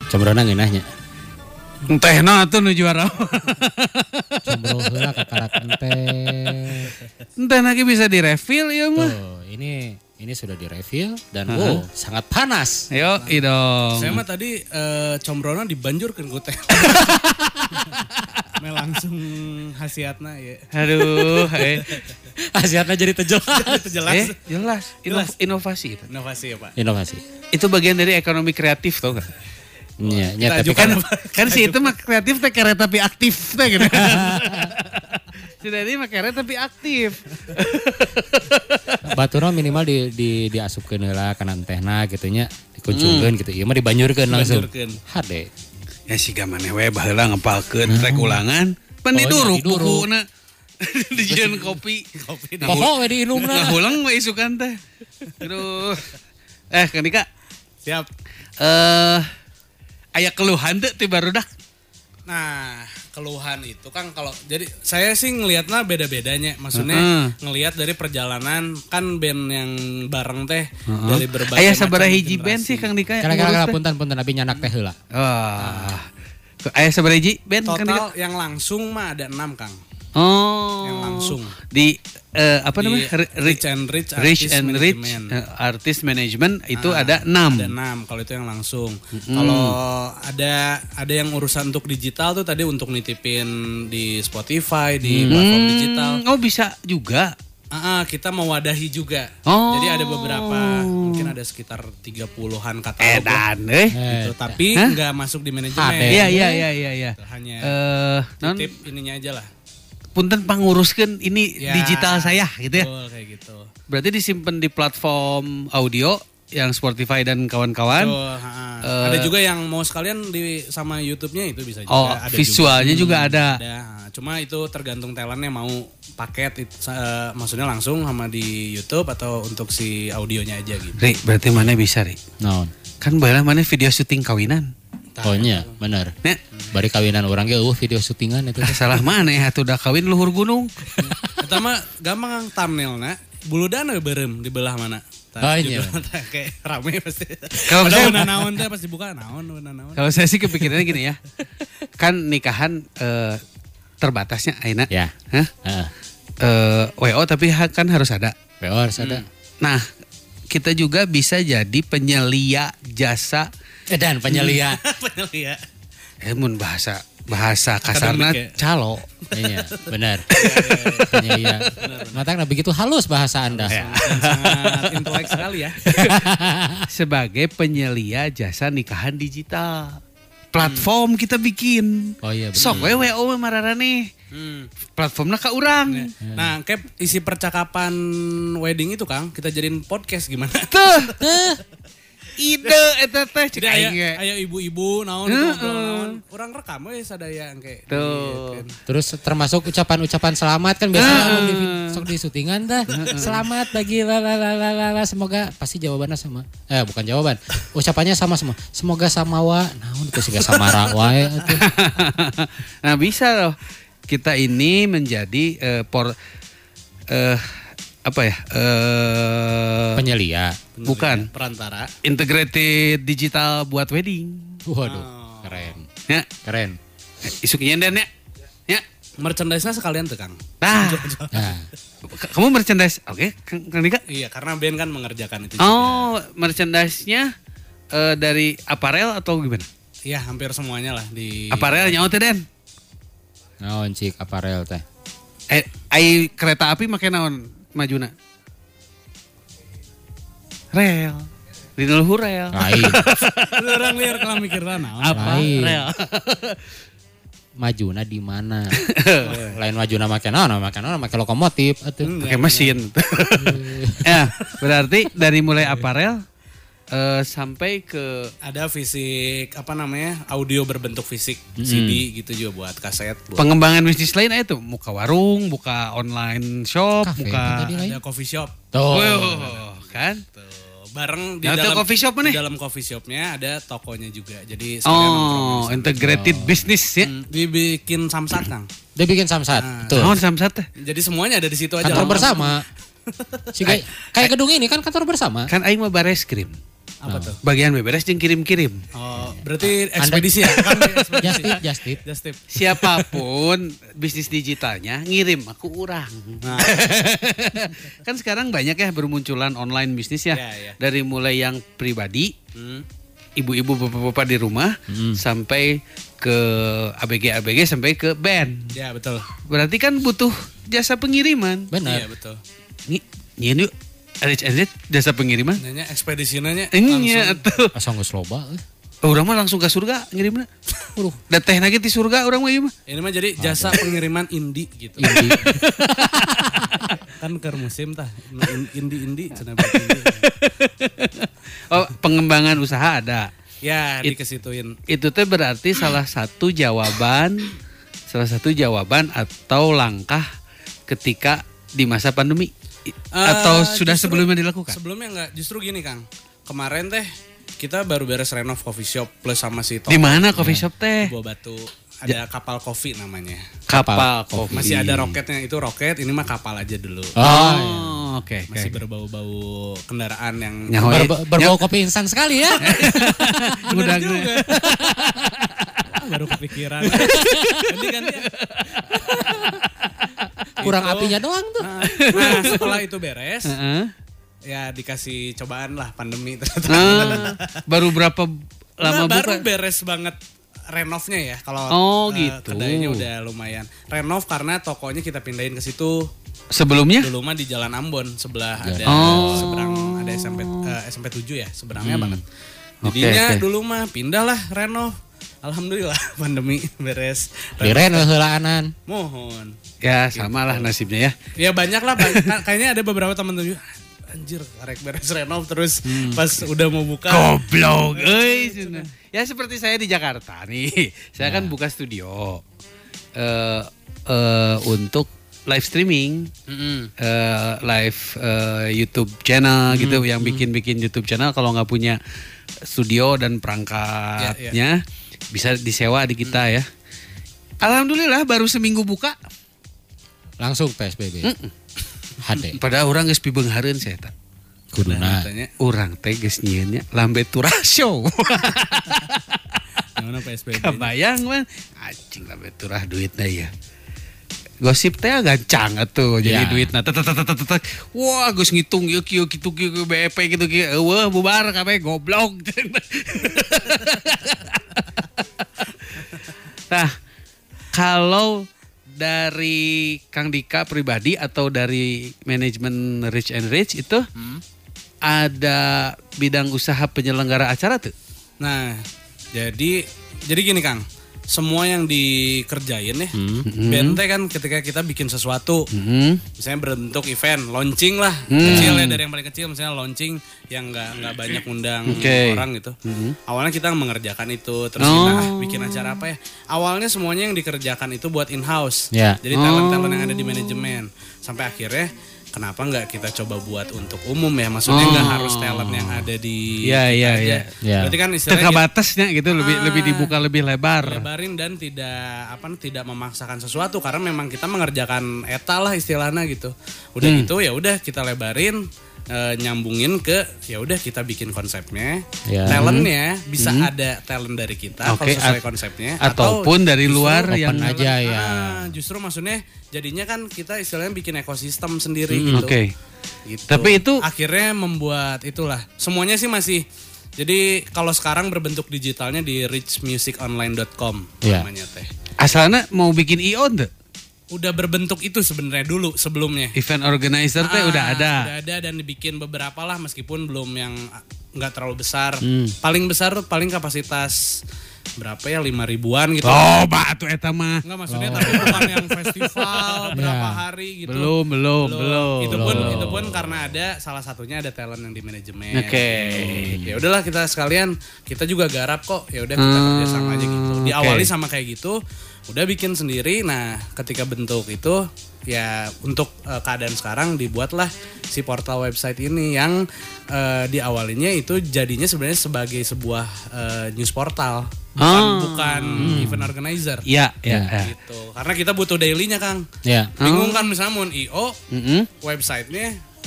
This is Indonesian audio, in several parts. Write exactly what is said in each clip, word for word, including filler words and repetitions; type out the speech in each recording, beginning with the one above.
Combroana ngeunahnya. Entehna atuh nu juara. Combro heula kakarak teh. Entehna ge bisa direfill ieu mah. Tuh, ini ini sudah direfill dan uh-huh. wow, sangat panas. Yo, dong. Saya mah tadi uh, combrona dibanjurkeun ku teh. Me langsung hasiatna ya. Aduh, eh. Hasiatna jadi terjelas. Jelas. Eh, jelas. Inov- inovasi itu. Inovasi ya, Pak. Inovasi. Itu bagian dari ekonomi kreatif tau gak? Iya, ya, tapi kan kan kan sih itu mah kreatif teh kere tapi aktif teh gitu. Sudah ini mah kere tapi aktif. baturna minimal di di diasupkeun heula kana tehna gitu nya, dikuncungkeun hmm. gitu. Ieu mah dibanjurkeun langsung. Hade. Ya siga maneh we baheula ngepalkeun rek ulangan. Pan diduruk bukuna. Dijieun kopi. Kopi. Poho we diinumna. Ngahulang we isukan teh. Aduh. Eh, Kandika. Siap. Eh aya keluhan teh ti barudak. Nah, keluhan itu kan kalau jadi saya sih ngelihatnya beda-bedanya. Maksudnya uh-huh. ngelihat dari perjalanan kan band yang bareng teh uh-huh. dari berbagai aya macam sabaraha hiji generasi. band sih Kang Dika? Kala-kala punten-punten abi nyanak teh heula. Wah. Aya sabaraha hiji band Kang Dika? Total yang langsung mah ada enam Kang. Oh. Yang langsung. Di uh, apa di namanya? Rich and Rich, Rich Artist and Rich uh, Artist Management itu ah, ada enam. Ada enam kalau itu yang langsung. Mm-hmm. Kalau ada ada yang urusan untuk digital tuh tadi untuk nitipin di Spotify, di mm. platform digital. Oh, bisa juga. Ah, kita mewadahi juga. Oh. Jadi ada beberapa, mungkin ada sekitar tiga puluhan katalog. Edan eh. Gitu. Tapi nggak masuk di manajemen. Iya, iya, iya, iya, iya. Hanya uh, titip ininya aja lah. Punten panguruskeun ini ya, digital saya gitu ya. Betul, kayak gitu. Berarti disimpan di platform audio yang Spotify dan kawan-kawan. Betul, uh, ada juga yang mau sekalian di sama YouTube-nya itu bisa juga. Oh, ada visualnya juga, juga ada. ada. Cuma itu tergantung talentnya mau paket itu, uh, maksudnya langsung sama di YouTube atau untuk si audionya aja gitu. Ri, berarti mana bisa, Ri? Naon? Kan baheula mana video syuting kawinan. Oh nya, benar. Ya. Bari kawinan orang ge eueuh video syutingan itu. Ah, salah mana ya atuh udah kawin luhur gunung. Eta mah gampang thumbnailna, buludana beureum di belah mana. Oh iya. Kayak rame pasti. Kalau saya naon teh pas dibuka naon naon. Kalau saya sih kepikirannya gini ya. Kan nikahan eh, terbatasnya ayeuna. Ya. Hah? Heeh. Eh, W O tapi kan harus ada. W O harus ada. Nah, kita juga bisa jadi penyelia jasa dan penyelia. penyelia. Eh mun bahasa bahasa kasarna ya? Calo. Iya, benar. Penyelia. Matangna begitu halus bahasa Anda. Ya. Sangat intelek sekali ya. Sebagai penyelia jasa nikahan digital. Platform hmm. kita bikin. Oh iya benar. Sok we W O mararane. Hmm. Platformnya ka urang. Ya. Nah, kayak isi percakapan wedding itu Kang, kita jadiin podcast gimana? Tuh. Ide eta teh cek aing ge. Aya ibu-ibu naon itu ngobrol naon. Urang rekam we sadaya engke. Tuh. Terus termasuk ucapan-ucapan selamat kan biasanya anu di sok di syutingan tah. Selamat bagi la la la la la semoga pasti jawabannya sama. Eh bukan jawaban. Ucapannya sama semua. Semoga samawa. Naon itu siga samara wae atuh. Nah, bisa loh. Kita ini menjadi uh, por uh, apa ya? Uh, penyelia. Bukan. Perantara. Integrated digital buat wedding. Waduh, oh. keren. Ya, keren. Isukinya dan ya. Ya. Merchandise-nya sekalian tuh Kang. Nah. nah. Kamu merchandise? Oke, okay. Kang Dika? Iya, karena band kan mengerjakan itu juga. Oh, merchandise-nya uh, dari aparel atau gimana? Iya, hampir semuanya lah di aparel nyawa teh Den. Naon cik aparel teh. Eh, ai kereta api make naon majuna? Rel. Di luhur rel. Lain. Orang liar kalau mikirna naon. Apa? Lain. Rel. Majuna di mana? Lain majuna make naon, make naon, make lokomotif atuh. Pakai mesin. Ya, berarti dari mulai aparel Uh, sampai ke ada fisik apa namanya audio berbentuk fisik hmm. C D gitu juga buat kaset buat pengembangan bisnis lain itu buka warung, buka online shop, Cafe, buka ada coffee shop tuh oh, kan tuh. Bareng di nah, dalam coffee shop di dalam coffee shopnya ada tokonya juga jadi oh integrated oh. business ya hmm, dibikin samsat Kang dia bikin samsat nah, tuh oh, samsat jadi semuanya ada di situ aja kantor bersama si kayak kayak gedung ini kan kantor bersama kan aing mah bareskrim. Apa tuh? Bagian beberes jeung kirim-kirim. Oh, berarti ekspedisi ya? Kan ekspedisi. Just tip, just tip. Just tip. Siapapun bisnis digitalnya ngirim aku urang. Nah, Kan sekarang banyak ya bermunculan online bisnis ya. Ya, ya. Dari mulai yang pribadi, hmm. ibu-ibu bapak-bapak di rumah sampai ke A B G A B G sampai ke band. Ya, betul. Berarti kan butuh jasa pengiriman. Benar. Iya, betul. Nih, nyian yuk. Rich and Rich jasa pengiriman. Nanya ekspedisi nanya Ini tuh. Asa geus loba. eh. Oh, urang mah langsung ke surga ngirimna. Waduh. Da teh lagi di surga urang mah ieu mah. Ini mah jadi jasa pengiriman indie gitu. Indi. Kan ke musim tah. Indie-indie cenah berarti indie. Oh, pengembangan usaha ada. Ya, It- dikesituin. Itu teh berarti salah satu jawaban salah satu jawaban atau langkah ketika di masa pandemi I- atau Eh, sudah justru- sebelumnya dilakukan. Sebelumnya enggak, justru gini Kang. Kemarin teh kita baru beres renov coffee shop plus sama si Toko Di mana coffee shop di teh? Buah Batu. Ada kapal kopi namanya. Kapal kopi. Masih ada roketnya, itu roket, ini mah kapal aja dulu. Oh, iya. Oh, oke. oke. Masih berbau-bau kendaraan yang Nyahoy. Ber- berbau kopi instan sekali ya. Udah juga. Baru kepikiran. Ganti-ganti ya. Kurang Itu. apinya doang tuh. Nah, nah, setelah itu beres, Heeh. ya dikasih cobaan lah pandemi ternyata. Ah, baru berapa lama Nah, baru buka? beres banget renovnya ya. Kalau Oh, eh, gitu. kedainya udah lumayan. Renov karena tokonya kita pindahin ke situ. Sebelumnya? Dulu mah di Jalan Ambon sebelah ada Oh. seberang ada S M P eh, S M P tujuh ya, seberangnya Hmm. banget. Oke, Jadinya oke. dulu mah pindahlah renov. Alhamdulillah pandemi beres. Diren heulaanan. Mohon. Ya, samalah nasibnya ya. Ya banyak lah, banyak. Kan kayaknya ada beberapa teman tuh anjir karek beres renov terus Hmm. pas udah mau buka Goblok, euy. cenah. Ya seperti saya di Jakarta nih. Saya kan buka studio eh eh, untuk live streaming, Mm-mm. eh, live eh, YouTube channel gitu, yang bikin-bikin YouTube channel. Kalau nggak punya studio dan perangkatnya, bisa disewa di kita ya. Alhamdulillah baru seminggu buka. Langsung P S B B. H D. Padahal orang geus pibeunghareun saya tak. Kuduna. Katanya Orang teh geus nyieun nya lambe turah show. gimana P S B B? Kebayang man, anjing lambe turah duitna ya. Gosip teh gancang atuh jadi Ya. duitna. Tet, tet, tet, tet, tet. Wah, geus ngitung ieu kieu kitu kieu B E P gitu kieu. Eueuh bubar kabeh goblok. Nah, kalau dari Kang Dika pribadi atau dari manajemen Rich and Rich itu ada bidang usaha penyelenggara acara tuh? Nah, jadi jadi gini Kang, semua yang dikerjain ya, bente kan ketika kita bikin sesuatu, Hmm. misalnya berbentuk event, launching lah, kecil ya dari yang paling kecil, misalnya launching yang nggak nggak banyak undang Oke. orang gitu. Awalnya kita mengerjakan itu, terus Oh. kita ah, bikin acara apa ya? Awalnya semuanya yang dikerjakan itu buat in house, Ya. jadi talent-talent yang ada di manajemen, sampai akhirnya kenapa nggak kita coba buat untuk umum ya? Maksudnya nggak harus talent yang ada di Iya, kita iya, aja. iya. Iya. Berarti kan istilahnya Teka kita- batasnya gitu lebih Ah. lebih dibuka lebih lebar. lebarin dan tidak apa tidak memaksakan sesuatu karena memang kita mengerjakan eta lah istilahnya gitu. Udah Hmm. gitu ya udah kita lebarin eh, nyambungin ke ya udah kita bikin konsepnya. Ya. Talentnya bisa ada talent dari kita Hmm. Oke, kalau sesuai at- konsepnya ataupun dari justru luar open yang aja ya. Ah, justru maksudnya jadinya kan kita istilahnya bikin ekosistem sendiri Hmm, gitu. oke. Gitu. Tapi itu- akhirnya membuat itulah. Semuanya sih masih jadi kalau sekarang berbentuk digitalnya di rich music online dot com Iya. namanya teh. asalnya mau bikin I O tuh. Udah berbentuk itu sebenarnya dulu sebelumnya. Event organizer teh Ah, udah ada. Udah ada dan dibikin beberapa lah meskipun belum yang nggak terlalu besar. Hmm. Paling besar paling kapasitas berapa ya lima ribuan gitu. Oh, batu eta mah. Enggak maksudnya tapi bukan yang festival berapa Ya. hari gitu. Belum, belum, belum. Itu pun Belum. itu pun karena ada salah satunya ada talent yang di manajemen. Oke. Ya udahlah kita sekalian kita juga garap kok. Ya udah kita kerja sama aja gitu. Hmm, Diawali oke. sama kayak gitu, udah bikin sendiri. Nah, ketika bentuk itu ya untuk eh, keadaan sekarang dibuatlah si portal website ini yang eh, diawalinya itu jadinya sebenarnya sebagai sebuah eh, news portal. Bukan, Ah. bukan event organizer. Iya, iya. iya. Gitu. Karena kita butuh dailynya Kang. Ya. Bingung kan misalnya mau I O Mm-mm. websitenya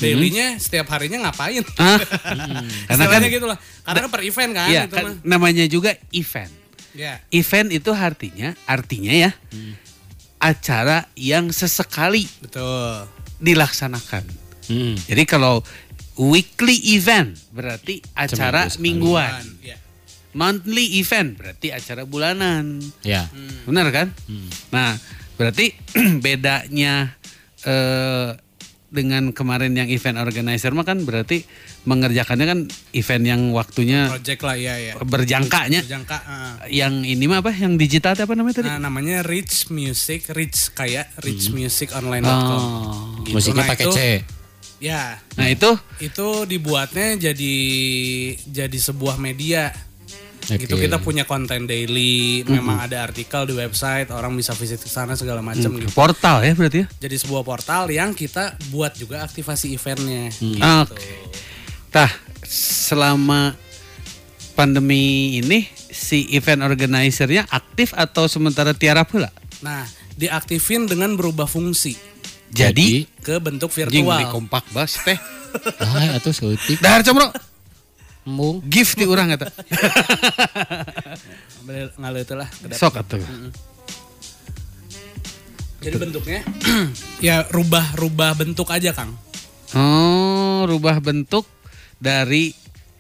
Dailynya setiap harinya ngapain? Ah. Karena kan gitu lah. Karena kan per event kan ya, itu kan mah. namanya juga event. Ya. Event itu artinya artinya ya hmm. acara yang sesekali Betul. dilaksanakan. Hmm. Jadi kalau weekly event berarti acara mingguan. Ya. Monthly event berarti acara bulanan. Ya. Hmm. Benar kan? Hmm. Nah, berarti bedanya eh, dengan kemarin yang event organizer mah kan berarti mengerjakannya kan event yang waktunya Project lah ya ya. berjangkanya. Berjangka. Uh. Yang ini mah apa? Yang digital apa namanya tadi? Nah, namanya Rich Music, Rich kayak rich music online dot com. Oh. Gitu. Musiknya Nah, pakai itu- C. Ya. Nah, itu Itu dibuatnya jadi jadi sebuah media. Oke. Gitu kita punya konten daily, memang ada artikel di website, orang bisa visit ke sana segala macam hmm, gitu. portal ya berarti ya. Jadi sebuah portal yang kita buat juga aktivasi eventnya. Gitu. Oke. Tah, selama pandemi ini si event organizer-nya aktif atau sementara tiarap heula? Nah, diaktifin dengan berubah fungsi Jadi ke bentuk jing virtual. di kompak bas teh. Ah, atuh seutik. Dahar comro. Embung. Gift di urang eta. Ngaleuteul lah. kedap. Sok atuh. Jadi bentuknya ya rubah-rubah bentuk aja, Kang. Oh, rubah bentuk dari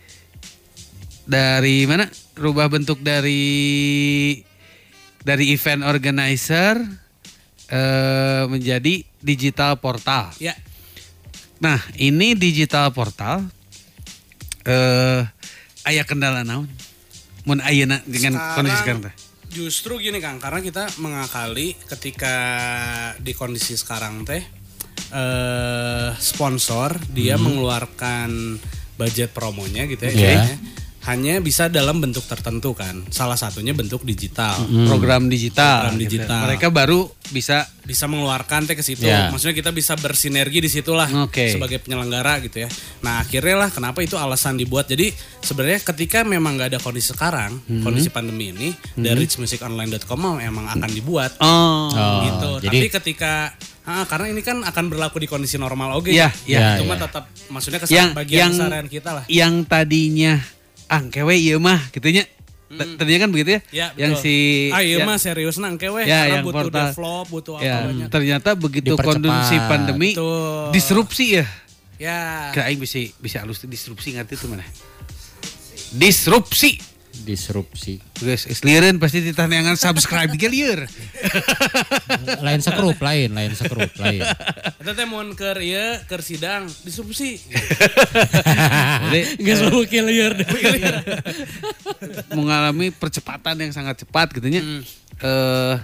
dari mana? Rubah bentuk dari dari event organizer eh, menjadi digital portal. Ya. Nah, ini digital portal eh aya kendala naon? Mun ayeuna dengan Sekarang- kondisi sekarang teh. Justru gini Kang, karena kita mengakali ketika di kondisi sekarang teh eh sponsor dia mengeluarkan budget promonya gitu ya, Iya. kayaknya hanya bisa dalam bentuk tertentu kan. Salah satunya bentuk digital. Program digital. Program gitu. digital. Mereka baru bisa Bisa mengeluarkan teh ke situ. Ya. Maksudnya kita bisa bersinergi di situlah Oke. sebagai penyelenggara gitu ya. Nah, akhirnya lah kenapa itu alasan dibuat. Jadi sebenarnya ketika memang nggak ada kondisi sekarang, kondisi pandemi ini, dari rich music online dot com emang akan dibuat. oh, Oh, gitu. jadi- Tapi ketika ah, karena ini kan akan berlaku di kondisi normal oke. Iya, iya, Itu mah iya. tetap maksudnya yang kesan bagian yang keseharian kita lah. yang tadinya angkewe ieu mah gitunya. T- Tadinya kan begitu ya? Ya, yang betul. si ah iya yang- mah serius nang kewe Ya, karena yang butuh portal. develop, butuh apa ya, banyak. ternyata begitu Dipercepat. kondisi pandemi Betul. disrupsi ya. Ya. Kira aing bisa bisa halus disrupsi ngerti itu mana? Disrupsi. Disrupsi. Guys, lieureun pasti ditaneangan subscribe ge lieur. Lain sekrup, lain, lain sekrup, lain. Eta teh mun keur ieu keur sidang disrupsi. Jadi Geus beuki lieur deh. mengalami percepatan yang sangat cepat gitu nya. Eh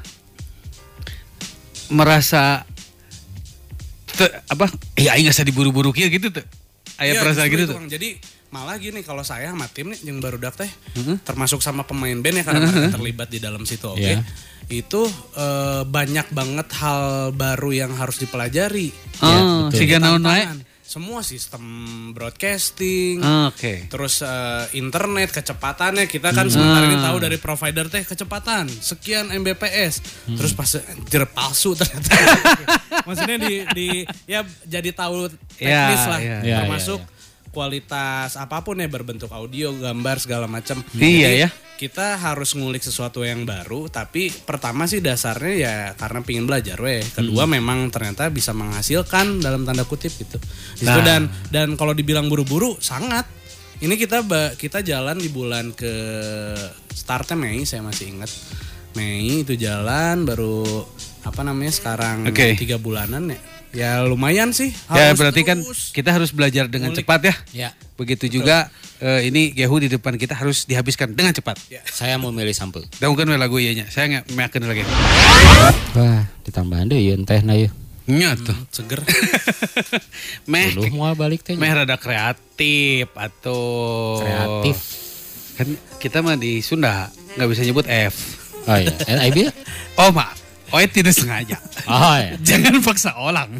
merasa te, apa? Ya aing asa diburu-buru kieu gitu tuh. Aya Iya, perasaan justru gitu itu, tuh. Kang. Jadi malah gini kalau saya sama tim nih yang barudak teh termasuk sama pemain band ya karena mereka terlibat di dalam situ oke. Iya. Itu eh, banyak banget hal baru yang harus dipelajari. Oh, betul. siga naon wae. Tantangan. Semua sistem broadcasting, Ah, Oke. terus eh, internet kecepatannya kita kan sementara ini tahu dari provider teh kecepatan sekian M B P S, terus pas anjir palsu ternyata. Maksudnya di, di ya jadi tahu teknis Ya, lah, ya, ya, termasuk ya, kualitas apapun ya berbentuk audio, gambar segala macam. Iya, Jadi, ya. kita harus ngulik sesuatu yang baru, tapi pertama sih dasarnya ya karena pingin belajar weh. Kedua memang ternyata bisa menghasilkan dalam tanda kutip gitu. Di situ Nah. dan dan kalau dibilang buru-buru sangat. Ini kita ba- kita jalan di bulan ke startnya Mei, saya masih ingat. Mei itu jalan baru apa namanya sekarang Oke. tiga bulanan ya. Ya lumayan sih. Ya harus berarti kan terus. kita harus belajar dengan Ngulik. cepat ya. Ya, Begitu juga eh, ini Gehu di depan kita harus dihabiskan dengan cepat. saya mau milih sampel. Daungkeun we lagu ieu nya. Saya nggak meyakin lagi. Wah, ditambahan deh ieu teh na ieu. Nya tuh. Seger. Meh Dulu mau balik teh. meh rada kreatif atau Kreatif. Kan kita mah di Sunda nggak bisa nyebut F. Oh iya, N I B. Oh maaf, oh tidak sengaja. Oh iya. Jangan paksa orang.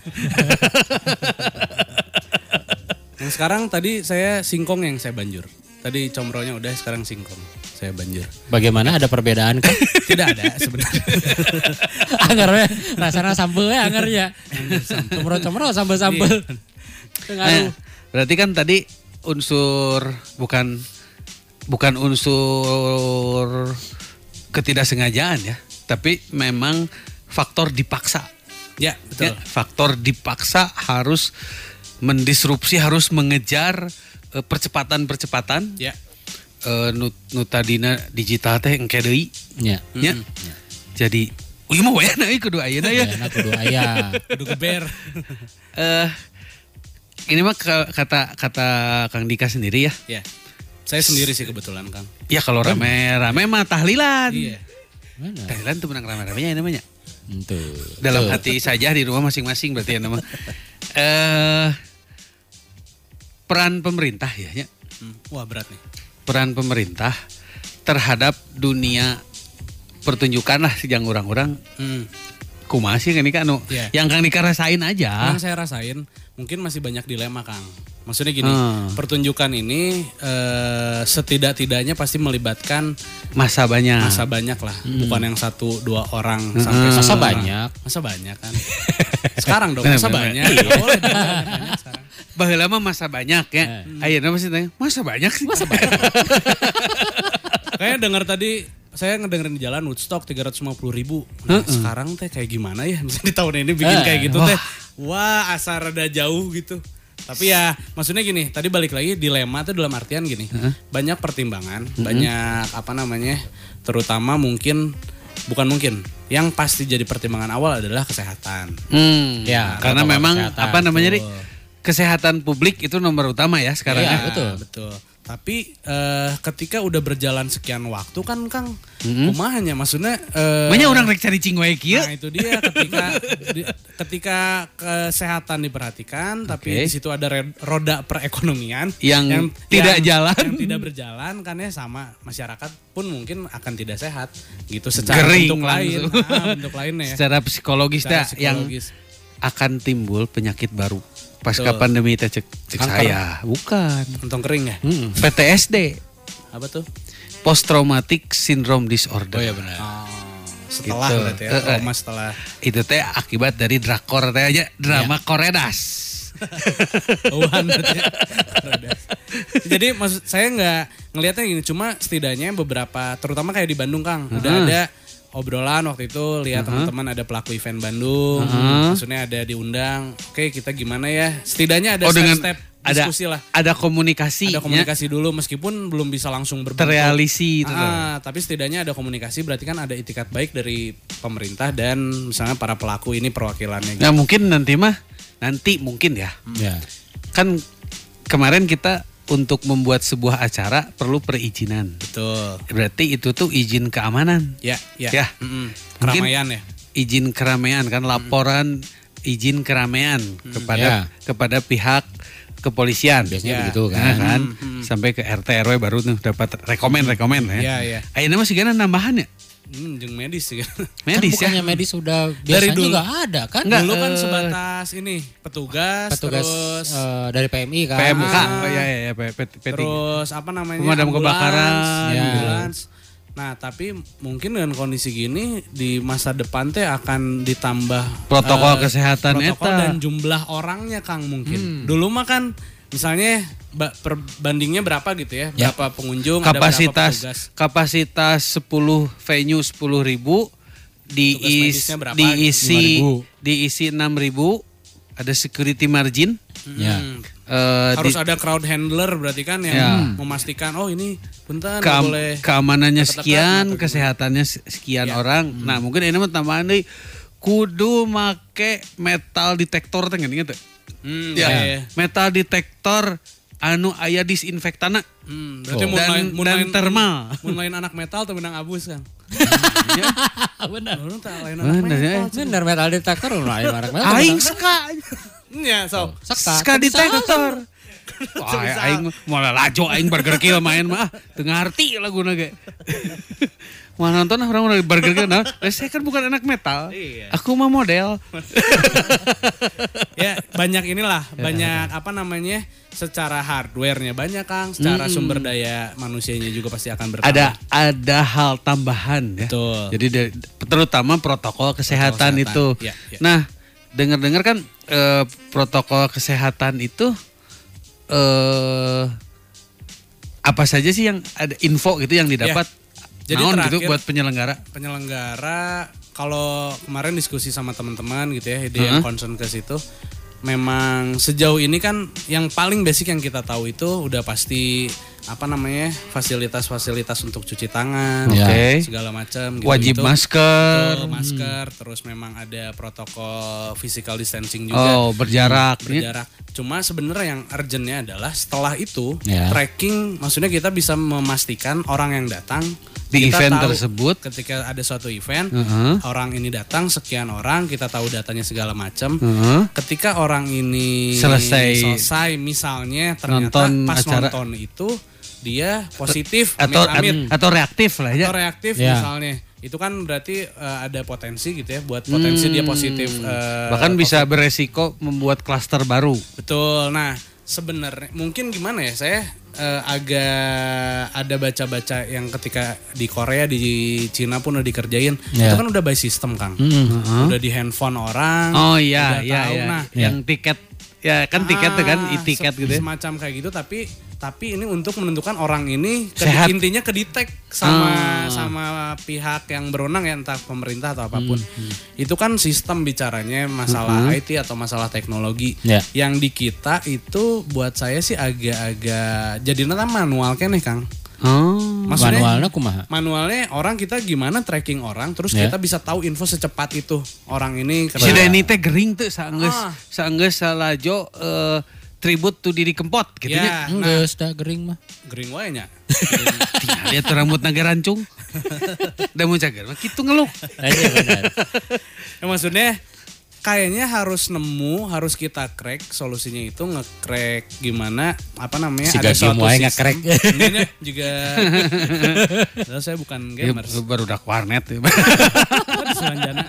Yang sekarang tadi saya singkong yang saya banjur. Tadi comronya udah, sekarang singkong. Saya banjur. Bagaimana, ada perbedaan kan? Tidak ada sebenarnya. Anggar we, rasana sambel we anggar ya. Comro-comro sambel-sambel. Nah, berarti kan tadi unsur bukan bukan unsur ketidaksengajaan ya, tapi memang faktor dipaksa. Ya, betul. Ya, faktor dipaksa harus mendisrupsi, harus mengejar uh, percepatan-percepatan. Ya. Uh, nu, nu tadina digital teh engke deui. Ya. Ya. Mm-hmm. Jadi, uy mah wayana euy kudu ayeuna ya. Wayana kudu aya. Kudu geber. Eh ini mah ke, kata kata Kang Dika sendiri ya. Ya. Saya sendiri sih kebetulan, Kang. Ya kalau rame-rame mah tahlilan. Iya. Mana? Tahlilan tuh menang rame-ramenya ya namanya. Tuh. Dalam Tuh. hati saja di rumah masing-masing berarti ya nama. Eh peran pemerintah ya, ya. Hmm. Wah, berat nih. Peran pemerintah terhadap dunia pertunjukan lah sejang orang-orang. Hmm. Kumaha sih kan ini kan Yeah. yang Kang Dika rasain aja. Yang saya rasain mungkin masih banyak dilema, Kang. Maksudnya gini, Hmm. pertunjukan ini eh, setidak-tidaknya pasti melibatkan Masa banyak. masa banyak lah, bukan yang satu dua orang Hmm. sampai Masa sepuluh orang. banyak. Masa banyak kan. Sekarang dong masa Bener, banyak. bener. Boleh dong, banyak sekarang. Baheula mah masa banyak ya. Hmm. Ayeuna masih tanya, masa banyak sih? Masa Kayak dengar tadi saya ngedengerin di jalan Woodstock tiga ratus lima puluh ribu. Nah, Uh-uh. sekarang teh kayak gimana ya? Misalnya di tahun ini bikin Eh, kayak gitu wah. teh. Wah, asa rada jauh gitu. Tapi ya maksudnya gini, tadi balik lagi dilema tuh dalam artian gini. Banyak pertimbangan, banyak apa namanya? Terutama mungkin bukan mungkin, yang pasti jadi pertimbangan awal adalah kesehatan. Hmm, Ya, karena protokol memang kesehatan. apa namanya nih Betul. kesehatan publik itu nomor utama ya sekarang. Iya, ya. betul. Betul. Tapi eh, ketika udah berjalan sekian waktu kan Kang, Mm-hmm. kumahanya maksudnya eh, Banyak orang rek cari cing wae kieu. Nah itu dia ketika di- ketika kesehatan diperhatikan, tapi Oke. di situ ada re- roda perekonomian Yang tidak jalan. yang tidak berjalan kan ya, sama masyarakat pun mungkin akan tidak sehat gitu secara Gering bentuk lain, langsung. ah, bentuk lainnya ya. Secara psikologis Secara dah yang psikologis. akan timbul penyakit baru pasca Betul. pandemi teh cek, cek Kanker. saya. Bukan. Kantong kering ya. Hmm, P T S D, Apa tuh? Post Traumatic Syndrome Disorder. Oh ya benar. Oh, setelah Gitu. berarti ya, Eh, eh. trauma setelah. Itu teh akibat dari drakor teh aja, drama Koredas. Uhan berarti ya. Jadi maksud saya nggak ngelihatnya gini, cuma setidaknya beberapa, terutama kayak di Bandung Kang, udah Uh-huh. ada obrolan waktu itu lihat teman-teman ada pelaku event Bandung, Uh-huh. maksudnya ada diundang. Oke kita gimana ya? Setidaknya ada Oh, dengan step-step ada diskusi lah. ada komunikasi, Ada komunikasi dulu meskipun belum bisa langsung berbentuk. terrealisi itu. Ah, tapi setidaknya ada komunikasi, berarti kan ada itikat baik dari pemerintah dan misalnya para pelaku ini perwakilannya. Gitu. Nah mungkin nanti mah nanti mungkin ya Ya. kan kemarin kita untuk membuat sebuah acara perlu perizinan. Betul. Berarti itu tuh izin keamanan, Ya, ya. Ya. Mm-mm. Mungkin- Keramaian ya. izin keramaian kan laporan izin keramaian kepada Ya. kepada pihak kepolisian. Biasanya Ya. begitu Nah, kan. kan sampai ke R T R W baru tuh dapat rekomen rekomen ya. Iya, iya. Ayeuna masih gana nambahan ya? Hmm, jeung medis sih. Medis kan bukannya ya. medis sudah Dari biasanya dulu. juga ada kan. Enggak, Dulu kan eh, sebatas ini petugas, Petugas terus eh, dari P M I kan. P M K. Ah. Oh iya iya iya P- P- P tiga. terus apa namanya? Pemadam ambulans, kebakaran. Ya. ambulans. Nah, tapi mungkin dengan kondisi gini di masa depan teh akan ditambah Protokol eh, kesehatan protokol eta. dan jumlah orangnya Kang mungkin. Dulu mah kan misalnya ba- perbandingnya berapa gitu ya? Ya. Berapa pengunjung, ada berapa kapasitas petugas. kapasitas sepuluh venue sepuluh ribu Petugas diis, medisnya berapa? diisi lima ribu. diisi enam ribu, ada security margin. Ya. Hmm. eh, Harus di- ada crowd handler berarti kan yang Ya. memastikan oh ini punten nggak keam- boleh keamanannya dekat-dekat sekian, atau gimana. kesehatannya se- sekian Ya. orang. Nah, mungkin ini mah tambahan deui kudu make metal detector teh inget teh. Hmm, Ya, ya. ya. metal detector anu aya disinfektana. Hmm, berarti Oh. mun Dan- lain mun dan lain- thermal. mun lain anak metal tuh menang abus kan. Benar. Orang tak lain anak Bener, ya. metal. Benar metal detector ulah aing marek metal. Aing ska Ya, so. Seka. ska detector. Wah, Bisa. aing malah lajo aing burger kill main mah teu ngarti laguna ge. Mau nonton orang orang burger kill nah, eh, saya kan bukan anak metal. Iya. Aku mah model. Ya, banyak inilah, banyak apa namanya? Secara hardware-nya banyak Kang, secara sumber daya manusianya juga pasti akan bertambah. Ada ada hal tambahan ya. Betul. Jadi dari- terutama protokol kesehatan, kesehatan. itu. Ya, ya. Nah, dengar-dengar kan eh, protokol kesehatan itu eh apa saja sih yang ada info gitu yang didapat? Ya. Jadi naon terakhir, gitu buat penyelenggara. Penyelenggara kalau kemarin diskusi sama teman-teman gitu ya, dia Uh-huh. yang concern ke situ. Memang sejauh ini kan yang paling basic yang kita tahu itu udah pasti apa namanya fasilitas-fasilitas untuk cuci tangan, Oke. Okay. segala macam. Gitu, Wajib gitu. masker, Betul, masker, hmm. terus memang ada protokol physical distancing juga. Oh berjarak, berjarak. Cuma sebenarnya yang urgentnya adalah setelah itu Ya. tracking, maksudnya kita bisa memastikan orang yang datang di kita event tahu tersebut. Ketika ada suatu event, Uh-huh. orang ini datang sekian orang, kita tahu datanya segala macam. Uh-huh. Ketika orang ini Selesai. selesai misalnya ternyata Nonton pas acara. nonton itu dia positif atau amit-amit, atau reaktif lah ya. atau reaktif Ya. misalnya. Itu kan berarti uh, ada potensi gitu ya buat potensi Hmm. dia positif. uh, Bahkan bisa COVID. beresiko membuat klaster baru. Betul. Nah, sebenarnya mungkin gimana ya, saya uh, agak ada baca-baca yang ketika di Korea, di Cina pun udah dikerjain. Ya. Itu kan udah by system, Kang. Mm. Udah di handphone orang. Oh iya udah iya tahu. iya. Nah, yang tiket ya kan tiket tuh kan ah, e-tiket se- gitu ya. Semacam kayak gitu, tapi tapi ini untuk menentukan orang ini ke, Sehat. intinya kedetek sama Ah. sama pihak yang berwenang ya, entah pemerintah atau apapun. Itu kan sistem bicaranya masalah I T atau masalah teknologi. Ya. Yang di kita itu buat saya sih agak-agak jadi nanti manual kan nih, Kang. Oh. Maksudnya Manualnya kumaha? manualnya orang kita gimana tracking orang, terus Ya. kita bisa tahu info secepat itu orang ini. Si kena- Denny teh gering tuh saenggeus Ah. saenggeus salajo eh, tribut tuh diri kempot gitu nya. Ya, nah, Enggak, sudah gering mah. green wae nya. Tinggal lihat tuh rambut naga rancung. Da mau cager mah kitu ngeluh. Iya benar. Ya, maksudnya kayaknya harus nemu, harus kita crack solusinya itu nge-crack gimana apa namanya Si Gagi suatu moe sistem. nge-crack. Ini nih juga Padahal saya bukan Ya, gamer. baru udah warnet. Oh, di Sulanjana.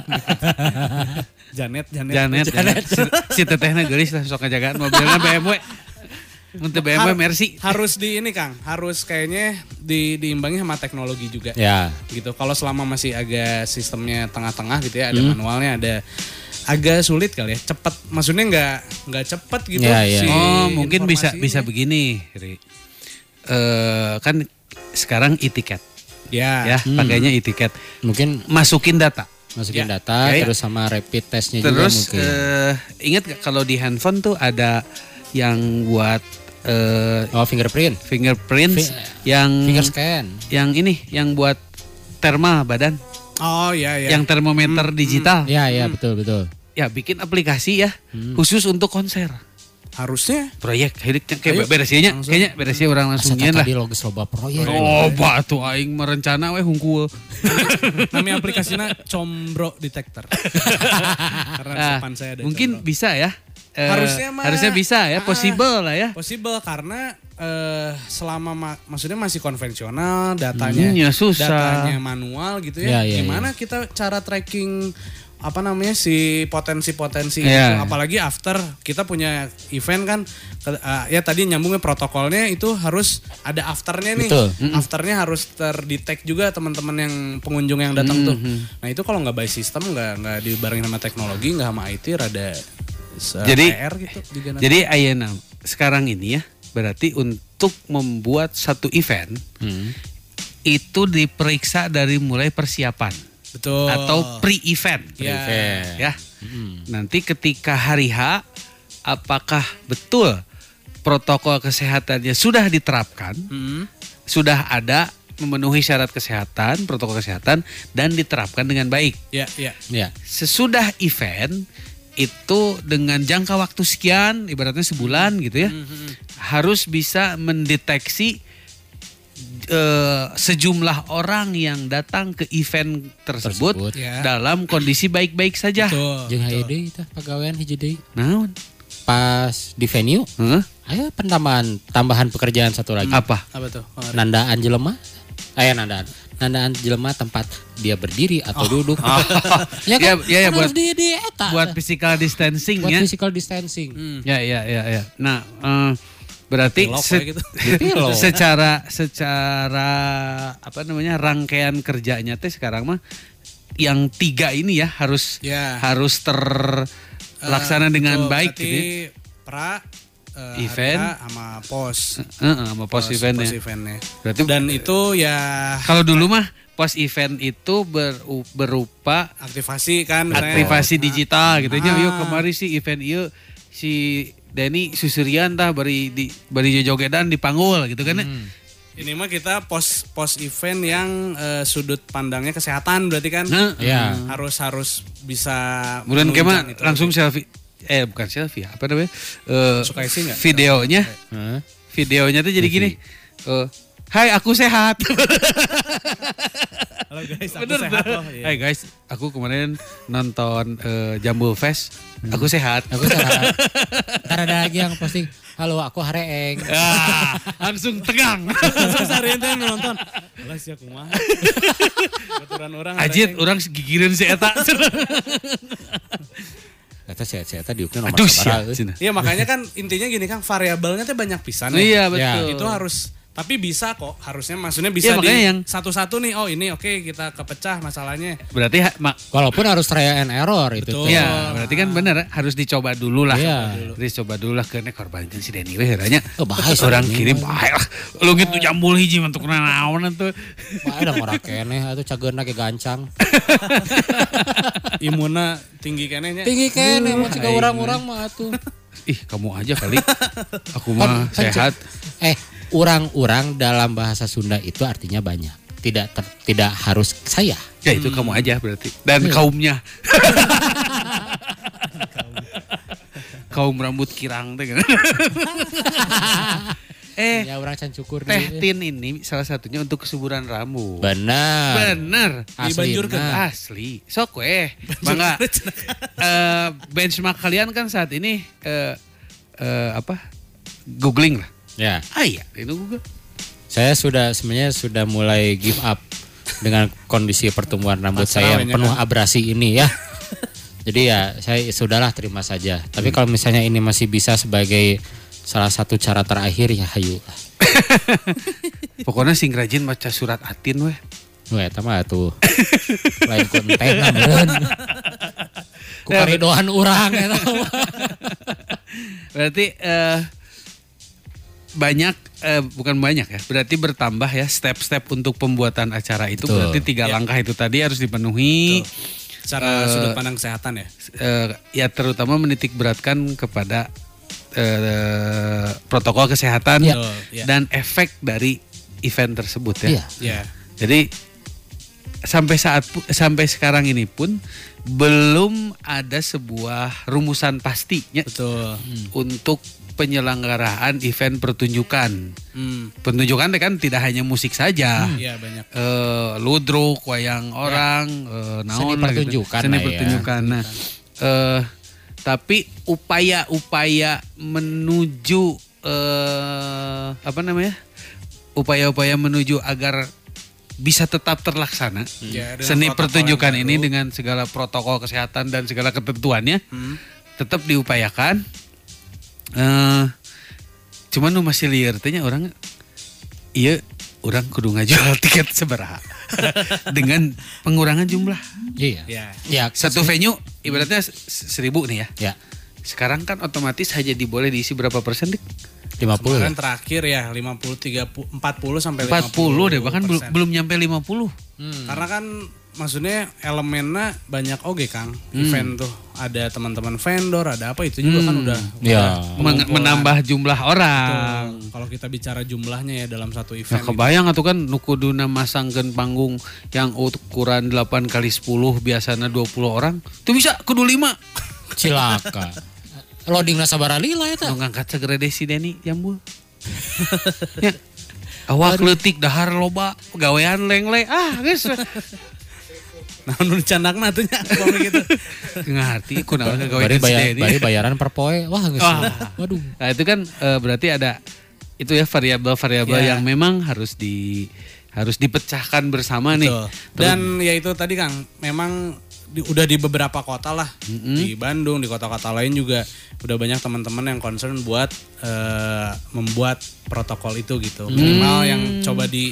Janet, Janet. Janet, Janet. Si, si tetehna geulis lah sok ngajagaan mobilnya B M W. Untuk B M W Har- Mercy. Harus di ini, Kang, harus kayaknya di diimbangi sama teknologi juga. Ya. Gitu. Kalau selama masih agak sistemnya tengah-tengah gitu ya, ada Hmm. manualnya, ada agak sulit kali ya, cepet, maksudnya nggak nggak cepet gitu. Ya, ya. si Oh, mungkin bisa informasinya. bisa begini, Ri. Eh, kan sekarang e-tiket Ya, ya, pakainya e-tiket. Mungkin Masukin data. masukin Ya. data Ya, ya. terus sama rapid testnya juga Terus mungkin. eh, ingat gak kalau di handphone tuh ada yang buat eh, Oh, fingerprint, fingerprint Fi- yang finger scan. yang ini yang buat thermal badan, oh ya ya. yang termometer digital. Ya, ya, betul, betul. Ya bikin aplikasi ya khusus untuk konser. Harusnya Proyek kayak Ayo, beresnya langsung. kayaknya beresnya orang langsung Asa nyen lah. tadi logus loba proyek. Oh, batu aing merencana we hungkul. namanya aplikasinya Combro Detector. Karena Ah, depan saya ada mungkin Combro. bisa ya. Eh, Harusnya mah- harusnya bisa ya, Ah. possible lah ya. Possible karena eh, selama ma- maksudnya masih konvensional, datanya Hmm, ya susah. datanya manual gitu Ya, ya. ya, Gimana kita cara tracking apa namanya si potensi-potensi Ya. itu, apalagi after kita punya event kan ke- eh, ya tadi nyambungnya protokolnya itu harus ada afternya nih. Betul. Afternya harus terdetek juga teman-teman yang pengunjung yang datang tuh. Mm-hmm. Nah, itu kalau nggak by system, nggak nggak dibarengin sama teknologi, nggak sama I T, rada se- Jadi- P R gitu juga nanti. Jadi ayeuna sekarang ini ya, berarti untuk membuat satu event Hmm. itu diperiksa dari mulai persiapan Betul. atau pre-event. Ya. Ya. Nanti ketika hari H apakah betul protokol kesehatannya sudah diterapkan, Hmm. sudah ada memenuhi syarat kesehatan, protokol kesehatan dan diterapkan dengan baik. Ya, ya. Ya. Sesudah event itu dengan jangka waktu sekian, ibaratnya sebulan gitu ya, harus bisa mendeteksi eh, sejumlah orang yang datang ke event tersebut, Tersebut. Ya. dalam kondisi baik-baik saja. Betul. Jeung betul. hayu deui tah pagawean hiji deui. Naon? Pas di venue, Heh? aya penambahan tambahan pekerjaan satu lagi. Apa? Apa tuh? Oh, Nandaan jelema. Aya nandaan. Nandaan jelema tempat dia berdiri atau duduk. ya Ya, kan? ya, ya, Kan buat- harus di, di eta. Buat physical distancing buat ya. physical distancing. Ya, ya, ya, ya. Nah, eh, berarti Pilok se- kayak gitu. Pilok. secara secara apa namanya rangkaian kerjanya teh sekarang mah yang tiga ini ya harus Ya. harus terlaksana Uh, dengan betul, baik berarti gitu. Ya. pra uh, Event. H sama pos. Heeh, sama post eventnya. Post eventnya. Berarti Dan itu ya kalau dulu mah post event itu ber, berupa aktivasi kan. misalnya. aktivasi digital gitu. Ah. Yuk kemarin sih event ieu si Denny susurian tah bari di bari jogedan di panggul gitu kan. Hmm. Ini mah kita post post event yang uh, sudut pandangnya kesehatan berarti kan. Nah, Ya. Harus harus bisa kemudian kemana menunjang itu. langsung selfie eh bukan selfie apa namanya? Eh, Suka isi nggak? videonya. Heeh. Videonya tuh jadi gini. Eh, hai aku sehat. Halo guys, aku Bener sehat tuh. loh. Iya. Hai guys, aku kemarin nonton eh, Jambul Fest. Aku sehat. Aku sehat. Ntar ada lagi yang posting, halo aku Hareeng. Ah, langsung tegang. Langsung seharian teh nonton. Alah sih aku mah. Baturan orang. ada Ajit, yang- orang gigireun si eta. Kata saya-saya diupnya nomor Aduh sabaraha, sia. euy. Iya makanya kan intinya gini Kang, variabelnya tuh banyak pisan. ya. Iya betul. Itu harus, tapi bisa kok. Harusnya maksudnya bisa Iya, makanya di yang- satu-satu nih. Oh ini oke kita kepecah masalahnya. Berarti ha- mak Walaupun harus trial and error itu Betul. tuh. ya, berarti kan bener harus dicoba dulu lah. Iya. Terus coba dulu lah karena korbankan si Denny we heranya. Oh, bahaya sih Orang Denny. kirim bae lah. Lu gitu jambul hiji mentuk naon tuh. Wah, ada ngora keneh atuh cageuna ge gancang. Imunnya tinggi kenehnya. Tinggi keneh mah ciga Aing. urang-urang mah atuh. Ih, kamu aja kali. Aku mah Kan- kan sehat. Eh, urang-urang dalam bahasa Sunda itu artinya banyak. Tidak ter- tidak harus saya. Ya itu kamu aja berarti. Dan kaumnya. Kaum rambut kirang teh kan. eh, Ya urang can cukur teh deui. tin ini salah satunya untuk kesuburan rambut. Benar. Bener. Dibanjurkeun. Aslina. Asli. Sok weh. Bangga. Eh, benchmark kalian kan saat ini eh, eh, apa? Googling lah. Ya, Ah iya, itu Google. saya sudah sebenarnya sudah mulai give up dengan kondisi pertumbuhan rambut saya yang Pasrah penuh kan? abrasi ini ya. Jadi ya saya sudahlah terima saja. Tapi kalau misalnya ini masih bisa sebagai salah satu cara terakhir ya hayu lah. Pokoknya sing rajin baca surat Atin weh. Wah, eta mah tuh. Lain konten meureun. Ku karidohan urang eta mah. Berarti eh, banyak eh, bukan banyak ya. Berarti bertambah ya step-step untuk pembuatan acara itu. Betul. Berarti tiga langkah itu tadi harus dipenuhi. Secara Eh, sudut pandang kesehatan ya. Eh, ya terutama menitik beratkan kepada eh, protokol kesehatan Ya. Betul, ya. dan efek dari event tersebut ya. Iya. Ya. Jadi sampai saat pu- sampai sekarang ini pun belum ada sebuah rumusan pastinya Betul. untuk penyelenggaraan event pertunjukan. Hmm. Pertunjukan kan tidak hanya musik saja. Iya banyak. Eh, ludruk, wayang orang, eh, naon Seni lah gitu. pertunjukan Seni lah ya. pertunjukan. Nah, eh, tapi upaya-upaya menuju eh, apa namanya? Upaya-upaya menuju agar bisa tetap terlaksana. Ya, dengan Seni protokol pertunjukan yang ini baru. dengan segala protokol kesehatan dan segala ketentuannya Hmm. tetap diupayakan. Eh, cuman nu masih liar tanya orang, iya orang kudu ngajual tiket seberaha dengan pengurangan jumlah. Iya. Ya. Ya, Satu venue ibaratnya s- seribu nih ya. ya. Sekarang kan otomatis hanya diboleh diisi berapa persen dik? lima puluh. Kemarin terakhir ya lima puluh, tiga puluh, empat puluh sampai lima empat puluh puluh deh bahkan belum persen. belum nyampe lima puluh. Karena kan maksudnya elemennya banyak oke Kang. Event tuh ada teman-teman vendor, ada apa itu juga kan udah Ya. udah Men- pengumpulan. menambah jumlah orang. Tuh, kalau kita bicara jumlahnya ya dalam satu Nah, event. gitu. kebayang atuh kan nu kuduna masangkeun panggung yang ukuran delapan kali sepuluh biasanya dua puluh orang. Itu bisa kudu lima. Cilaka. Loading sabaraha lila eta. Nu ngangkat segera deh si Denny Jambul. Ya. Awak leutik dahar loba gawean lengle. Ah, geus. Nah, nu candakna tuh nya kalau gitu. Ngerti kunaon Bari gawean si bayar, Denny. bari bayaran per poe. Wah, geus. Wah. Waduh. Nah, itu kan eh, berarti ada itu ya variabel-variabel Ya. yang memang harus di harus dipecahkan bersama nih. Betul. Dan ya itu tadi Kang, memang di- udah di beberapa kota lah, di Bandung, di kota-kota lain juga udah banyak teman-teman yang concern buat eh, membuat protokol itu gitu. Minimal yang coba di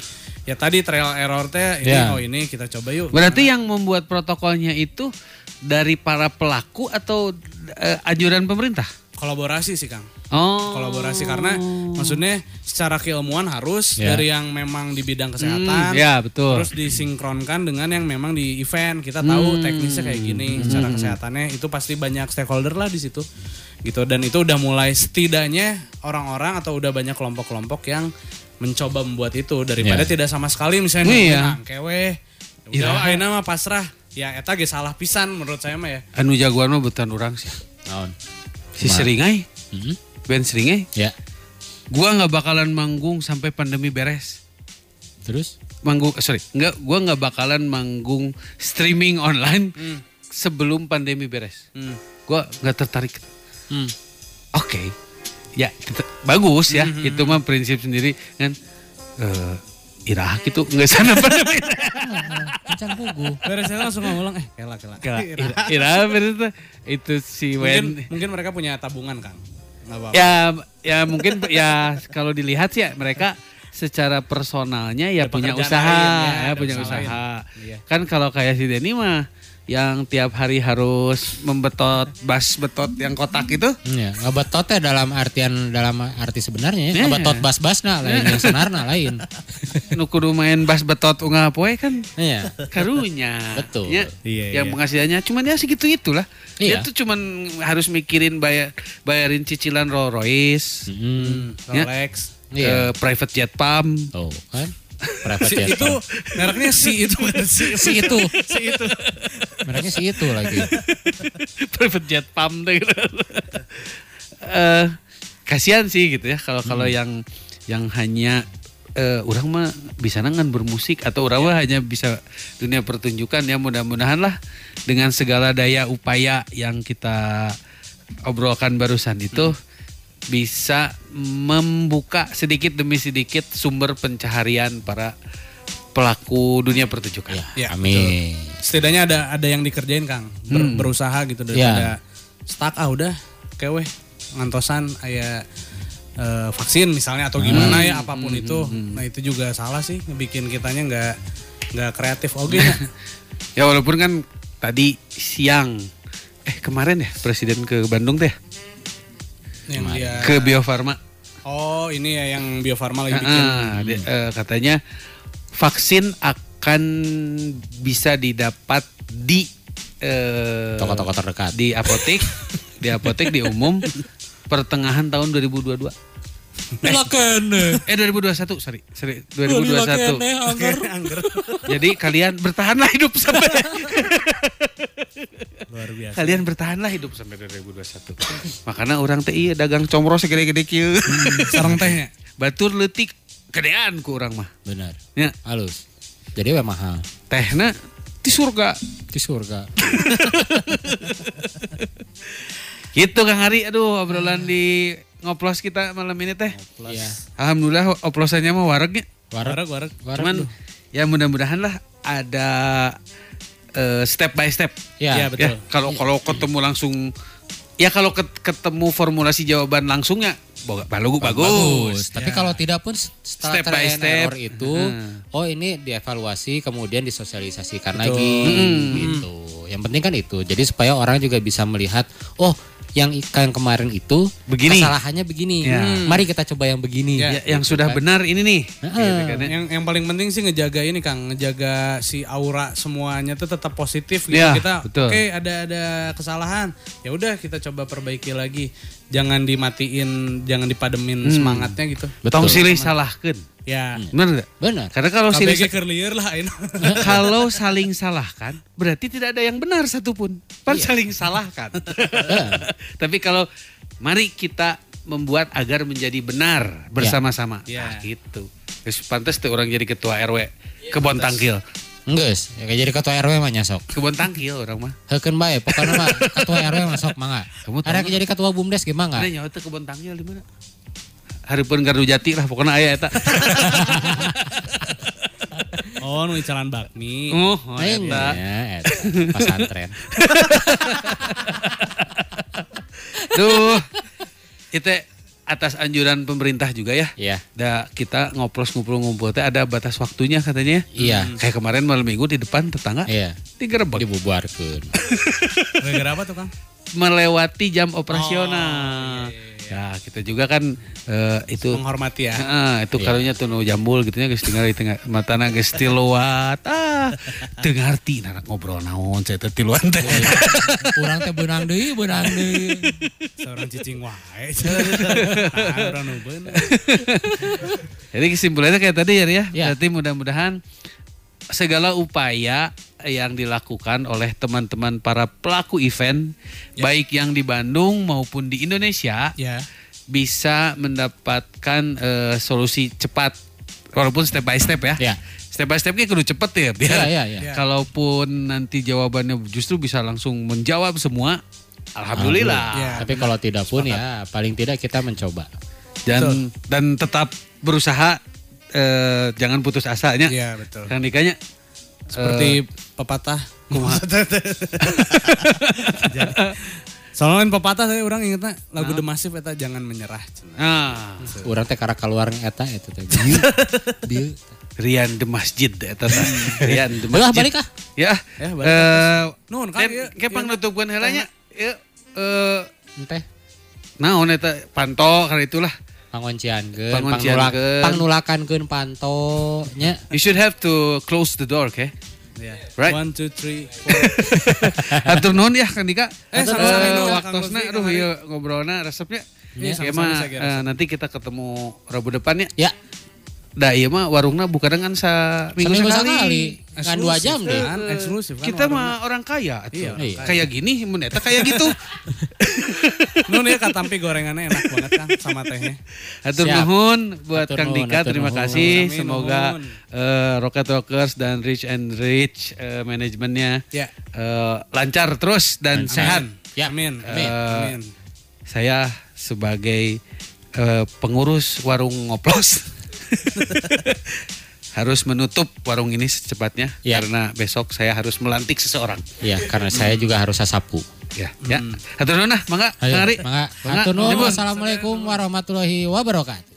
ya tadi trial error teh ini Ya. oh ini kita coba yuk. Berarti yang membuat protokolnya itu dari para pelaku atau uh, anjuran pemerintah? Kolaborasi sih Kang. Oh. Kolaborasi karena maksudnya secara keilmuan harus Ya. dari yang memang di bidang kesehatan, Hmm, ya, betul. terus disinkronkan dengan yang memang di event. Kita tahu Hmm. teknisnya kayak gini, secara kesehatannya itu pasti banyak stakeholder lah di situ, gitu. Dan itu udah mulai setidaknya orang-orang atau udah banyak kelompok-kelompok yang mencoba membuat itu daripada Ya. tidak sama sekali misalnya Iya. nungguin angkewe, udah ayeuna mah pasrah. Ya eta ge salah pisan menurut saya mah ya. Anu jagoan mah bukan orang sih. Naon? Si Seringai, Hmm? Ben Seringai. Ya. Gua nggak bakalan manggung sampai pandemi beres. Terus? Manggung, eh, sorry, nggak, gua nggak bakalan manggung streaming online Hmm. sebelum pandemi beres. Hmm. Gua nggak tertarik. Hmm. Oke, ya kita- bagus ya. Itu mah prinsip sendiri kan. Eh, Irah gitu nggak sana pandemi. Kencan pugu. Beres saya langsung ngomong eh kela kela. Irah, Irah bener tuh. Itu si Wen. Mungkin mungkin mereka punya tabungan Kang. Nggak apa-apa. Ya, ya mungkin ya kalau dilihat sih ya mereka secara personalnya ya Ada punya pekerjaan usaha, lain, ya, ya, ada punya usaha usaha. lain. Iya. Kan kalau kayak si Denny mah yang tiap hari harus membetot bas betot yang kotak itu. Ya, ngebetot ya dalam artian dalam arti sebenarnya ya. Iya. Ngebetot bas-basna lain yang senarna lain. Nu kudu main bas betot unggah poe kan Iya. karunya. Betul. Ya, Iya, yang iya. penghasilannya cuman ya segitu itulah. Dia Iya. tuh cuman harus mikirin bayar bayarin cicilan Rolls Royce, Hmm. Ya. Rolex. Iya. ke private jet pump. Tuh kan. Private Si jet itu pump. mereknya si itu kan si, si itu. si itu. Mereknya si itu lagi. Private jet pump deh gitu. Eh, kasihan sih gitu ya kalau kalau yang yang hanya eh, orang mah bisa nangan bermusik atau orang mah hanya bisa dunia pertunjukan ya mudah-mudahan lah dengan segala daya upaya yang kita obrolkan barusan itu bisa membuka sedikit demi sedikit sumber pencaharian para pelaku dunia pertunjukan. Ya, Amin. Setidaknya ada ada yang dikerjain Kang. Ber- Hmm. Berusaha gitu daripada stuck ah udah keweh ngantosan aya eh, vaksin misalnya atau gimana ya apapun itu. Nah itu juga salah sih ngebikin kitanya nggak nggak kreatif oke. Ya walaupun kan tadi siang eh kemarin ya presiden ke Bandung teh Yang dia ke Bio Farma. oh ini ya yang Bio Farma lagi bikin. Ah, dia, eh, katanya vaksin akan bisa didapat di eh, Toko-toko terdekat. di apotek, di apotek di umum pertengahan tahun dua ribu dua puluh dua. Silakan. Eh dua ribu dua puluh satu, sorry, sorry dua ribu dua puluh satu. Angger. Jadi kalian bertahanlah hidup sampai Luar biasa. kalian bertahanlah hidup sampai dua ribu dua puluh satu. Makanya orang teh ieu dagang comro segede-gede kieu. Sarang tehnya. Batur leutik gedean ku urang mah. Benar. Ya, Halus. Jadi we mahal. tehna di surga. Di surga. Gitu Kang Hari, aduh obrolan di ngoplos kita malam ini teh. Iya. Alhamdulillah oplosannya mah waregnya. Warak warak. Warak Cuman tuh. ya mudah-mudahan lah ada eh, step by step. Ya, Iya, betul. Ya, kalau kalau ketemu langsung ya kalau ket- ketemu formulasi jawaban langsungnya boga- bagus bagus. bagus. Tapi Ya. kalau tidak pun setelah Step by trial and step. error itu, Hmm. oh ini dievaluasi kemudian disosialisasikan Betul. lagi Hmm. gitu. Yang penting kan itu. Jadi supaya orang juga bisa melihat, oh yang yang kemarin itu Begini. kesalahannya begini. Ya. Hmm, mari kita coba yang begini. Ya, Ya, yang sudah benar ini nih. Heeh. Gitu kan ya. Yang yang paling penting sih ngejaga ini Kang, ngejaga si aura semuanya tuh tetap positif gitu. Ya, Kita betul. oke ada ada kesalahan. Ya udah kita coba perbaiki lagi. Jangan dimatiin, jangan dipademin semangatnya gitu. Tong silih salahkeun. Ya. Benar enggak? Benar. Karena kalau K B silih G keur lieur lah ayeuna. kalau saling salahkan berarti tidak ada yang benar satupun. Pan saling salahkan. Tapi kalau mari kita membuat agar menjadi benar bersama-sama. Ya. Nah, gitu. Terus pantas tuh orang jadi ketua R W kebon tangkil. Enggeus, ya kayak jadi ketua R W mah nyasok. Kebon tangkil orang mah. Heukeun bae, pokoknya mah ketua R W mah sok mangga. Kamu tahu Ada nggak? jadi ketua BUMDes gimana? Ada nyawa teh kebon tangkil di mana? Hareupeun Gardu Jati lah pokoknya aya eta. Oh, nu jalan bakmi. Oh, oh Aing eta. ya, eta pesantren. Duh. Itu atas anjuran pemerintah juga ya. Iya. Da kita ngoplos ngumpul-ngumpul teh ada batas waktunya katanya. Iya. Kayak kemarin malam minggu di depan tetangga. Iya. Digerebek. Dibubarkeun. Gara-gara apa tuh Kang? Melewati jam operasional. Oh, iya, iya. Ya kita juga kan uh, itu Menghormati ya. Heeh, itu karunya tuh nu jambul gitu nya geus tinggal di tengah matana geus tiluat. Ah, teu ngarti nah ngobrol naon saya teh tiluan teh. Urang teh beunang deui, beunang deui. Seorang cicing wae. Nah, urang nu beunang. Jadi kesimpulannya kayak tadi ya, ya. Ya. Berarti mudah-mudahan segala upaya yang dilakukan oleh teman-teman para pelaku event Ya. baik yang di Bandung maupun di Indonesia Ya. bisa mendapatkan eh, solusi cepat walaupun step by step ya. Ya. Step by stepnya kudu cepet ya biar Ya, ya, ya. Ya. kalaupun nanti jawabannya justru bisa langsung menjawab semua. Alhamdulillah. Ya. Tapi kalau tidak pun ya paling tidak kita mencoba. Dan dan tetap berusaha eh, jangan putus asanya. Iya, betul. Kang Dikanya Seperti pepatah. Jadi, soalnya kan pepatah saya orang ingetnya lagu The Massive eta jangan menyerah. ah, Urang teh kara keluar eta eta teh. Bieu. Bieu. Rian de Masjid eta tah. Rian de Belah Masjid. balik ah. Ya. Ya, balik. Eh Nuhun kan Kan ieu. kayak pangnutupkeun heula nya. Ieu eh Teh naon eta panto kana itulah. pangonciankeun, Pangonciankeun. pangnulak pangnulakankeun panto nya. You should have to close the door, okay? Ya. Right. One, two, three, four. Atur nuhun ya Kang Dika. Eh, sama-sama Eh, nuhun, Kang waktosna Lutfi, aduh Kang ieu ngobrolna resepnya. Iya, Ya sama-sama mah saya kira. eh, nanti kita ketemu Rabu depan ya. Ya, Da ieu mah warungna buka dengan sa minggu seminggu sekali. sekali. Kan dua jam Eksklusif deh. kan, eksklusif kan. Kita orang. mah orang kaya atuh. Iya, orang Kayak gini mun eta kayak gitu. Nun ya katampi gorengannya enak banget kan sama tehnya. Hatur Siap. nuhun buat Hatur Kang nuhun, Dika, hatur terima nuhun. kasih. Amin, Semoga nuhun. eh, Rocket Rockers dan Rich and Rich eh, manajemennya Ya. eh, lancar terus dan sehat. Ya. Amin. Eh, Amin. Amin. Saya sebagai eh, pengurus warung ngoplos harus menutup warung ini secepatnya Ya. karena besok saya harus melantik seseorang. Iya, karena saya juga harus sasapu. Ya, ya. Hatur nuhun nah, mangga, Ayo, Kang Ari. mangga. Mangga, Hatur nuhun. nuhun. Wassalamualaikum warahmatullahi wabarakatuh.